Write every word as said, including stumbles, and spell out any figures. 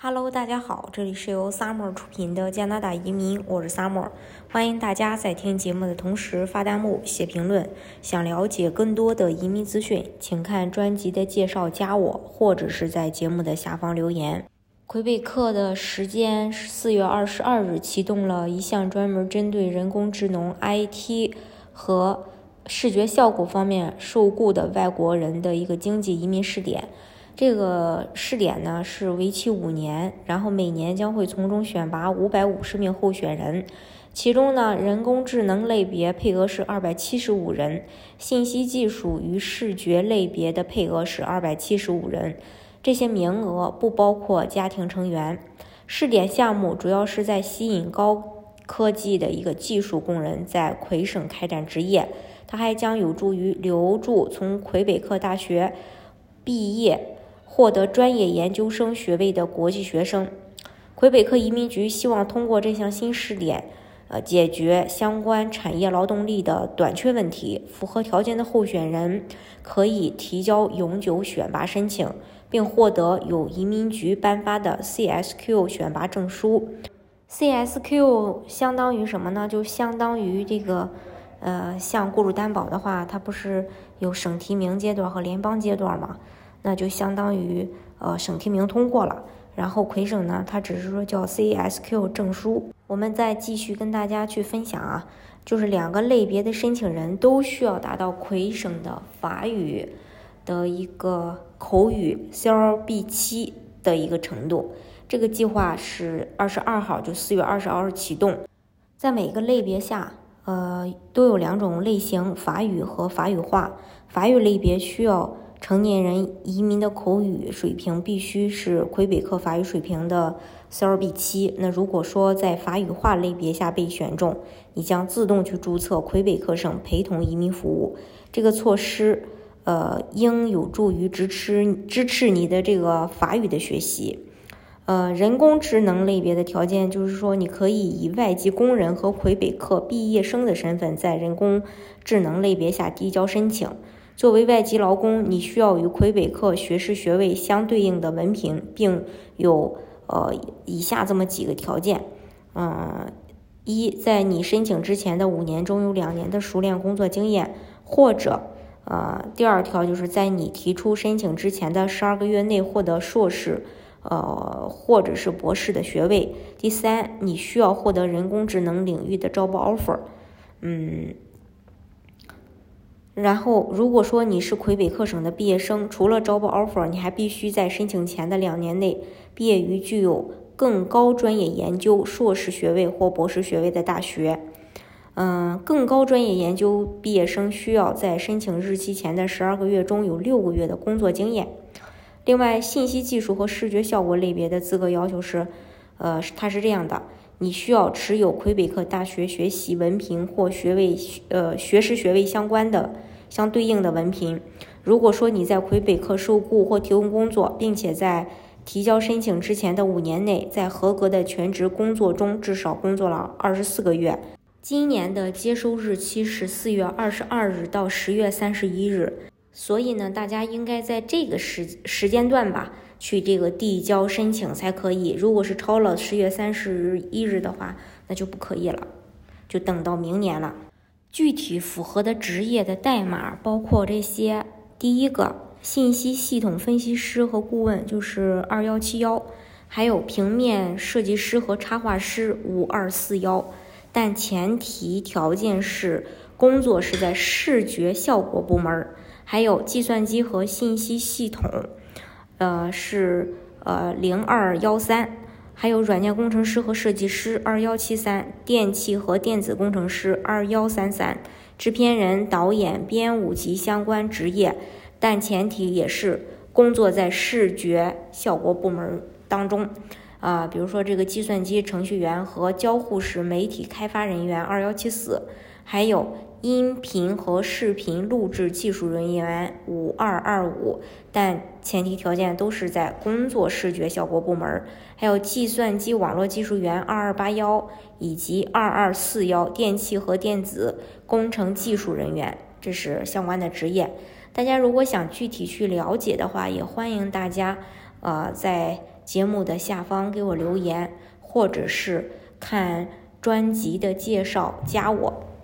Hello， 大家好，这里是由 Summer 出品的加拿大移民，我是 Summer， 欢迎大家在听节目的同时发弹幕、写评论。想了解更多的移民资讯，请看专辑的介绍加我，或者是在节目的下方留言。魁北克的时间四月二十二日启动了一项专门针对人工智能 I T 和视觉效果方面受雇的外国人的一个经济移民试点。这个试点呢是为期五年，然后每年将会从中选拔五百五十名候选人，其中呢人工智能类别配额是二百七十五人，信息技术与视觉类别的配额是二百七十五人，这些名额不包括家庭成员。试点项目主要是在吸引高科技的一个技术工人在魁省开展职业，它还将有助于留住从魁北克大学毕业获得专业研究生学位的国际学生。魁北克移民局希望通过这项新试点，呃，解决相关产业劳动力的短缺问题。符合条件的候选人可以提交永久选拔申请，并获得由移民局颁发的 C S Q 选拔证书。C S Q 相当于什么呢？就相当于这个，呃，像雇主担保的话，它不是有省提名阶段和联邦阶段吗？那就相当于呃省提名通过了，然后魁省呢，它只是说叫 C S Q 证书。我们再继续跟大家去分享啊，就是两个类别的申请人都需要达到魁省的法语的一个口语 C L B 七 的一个程度。这个计划是二十二号，就四月二十二日启动。在每个类别下，呃，都有两种类型，法语和法语化。法语类别需要成年人移民的口语水平必须是魁北克法语水平的 C L B 七。那如果说在法语化类别下被选中，你将自动去注册魁北克省陪同移民服务。这个措施，呃，应有助于支持支持你的这个法语的学习。呃，人工智能类别的条件就是说，你可以以外籍工人和魁北克毕业生的身份在人工智能类别下递交申请。作为外籍劳工，你需要与魁北克学士学位相对应的文凭，并有呃以下这么几个条件。嗯、呃，一，在你申请之前的五年中有两年的熟练工作经验，或者呃，第二条就是在你提出申请之前的十二个月内获得硕士，呃，或者是博士的学位。第三，你需要获得人工智能领域的招报 offer。嗯。然后如果说你是魁北克省的毕业生，除了招报 offer， 你还必须在申请前的两年内毕业于具有更高专业研究硕士学位或博士学位的大学。嗯，更高专业研究毕业生需要在申请日期前的十二个月中有六个月的工作经验。另外，信息技术和视觉效果类别的资格要求是，呃，它是这样的。你需要持有魁北克大学学习文凭或学位呃学士学位相关的相对应的文凭。如果说你在魁北克受雇或提供工作，并且在提交申请之前的五年内，在合格的全职工作中至少工作了二十四个月。今年的接收日期是四月二十二日到十月三十一日，所以呢，大家应该在这个时时间段吧。去这个递交申请才可以，如果是超了十月三十一日的话，那就不可以了，就等到明年了。具体符合的职业的代码包括这些：第一个，信息系统分析师和顾问，就是二一七一，还有平面设计师和插画师五二四一，但前提条件是工作是在视觉效果部门，还有计算机和信息系统。呃，是呃零二一三，还有软件工程师和设计师二一七三，电气和电子工程师二一三三，制片人、导演、编舞及相关职业，但前提也是工作在视觉效果部门当中。啊、呃，比如说这个计算机程序员和交互式媒体开发人员二一七四，还有音频和视频录制技术人员五二二五，但前提条件都是在工作视觉效果部门。还有计算机网络技术员二二八一以及二二四一电气和电子工程技术人员，这是相关的职业。大家如果想具体去了解的话，也欢迎大家呃在节目的下方给我留言，或者是看专辑的介绍加我。